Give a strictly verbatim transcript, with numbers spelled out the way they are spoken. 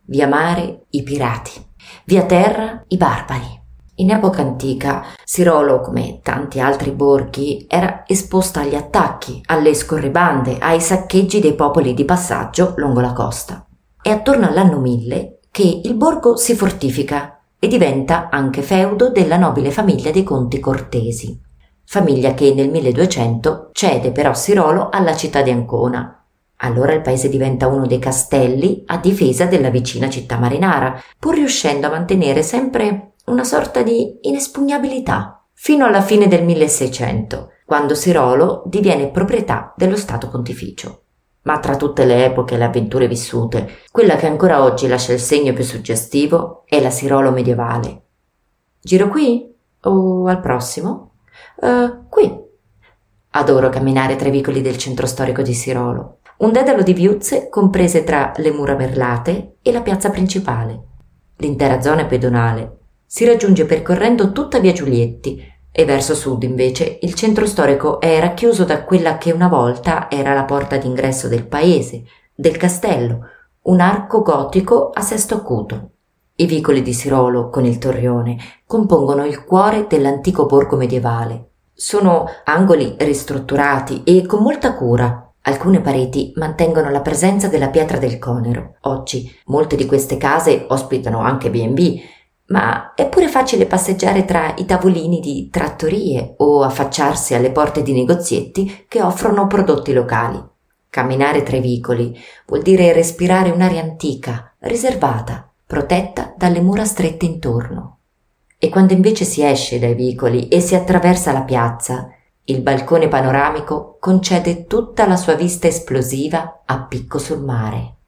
via mare i pirati, via terra i barbari. In epoca antica Sirolo, come tanti altri borghi, era esposta agli attacchi, alle scorribande, ai saccheggi dei popoli di passaggio lungo la costa. È attorno all'anno mille che il borgo si fortifica e diventa anche feudo della nobile famiglia dei conti Cortesi, famiglia che nel milleduecento cede però Sirolo alla città di Ancona. Allora il paese diventa uno dei castelli a difesa della vicina città marinara, pur riuscendo a mantenere sempre una sorta di inespugnabilità, fino alla fine del milleseicento, quando Sirolo diviene proprietà dello Stato Pontificio. Ma tra tutte le epoche e le avventure vissute, quella che ancora oggi lascia il segno più suggestivo è la Sirolo medievale. Giro qui? O al prossimo? Uh, qui. Adoro camminare tra i vicoli del centro storico di Sirolo, un dedalo di viuzze comprese tra le mura merlate e la piazza principale. L'intera zona è pedonale. Si raggiunge percorrendo tutta via Giulietti e verso sud invece il centro storico è racchiuso da quella che una volta era la porta d'ingresso del paese, del castello, un arco gotico a sesto acuto. I vicoli di Sirolo con il torrione compongono il cuore dell'antico borgo medievale. Sono angoli ristrutturati e con molta cura. Alcune pareti mantengono la presenza della pietra del conero. Oggi molte di queste case ospitano anche bi e bi, ma è pure facile passeggiare tra i tavolini di trattorie o affacciarsi alle porte di negozietti che offrono prodotti locali. Camminare tra i vicoli vuol dire respirare un'aria antica, riservata, protetta dalle mura strette intorno. E quando invece si esce dai vicoli e si attraversa la piazza, il balcone panoramico concede tutta la sua vista esplosiva a picco sul mare.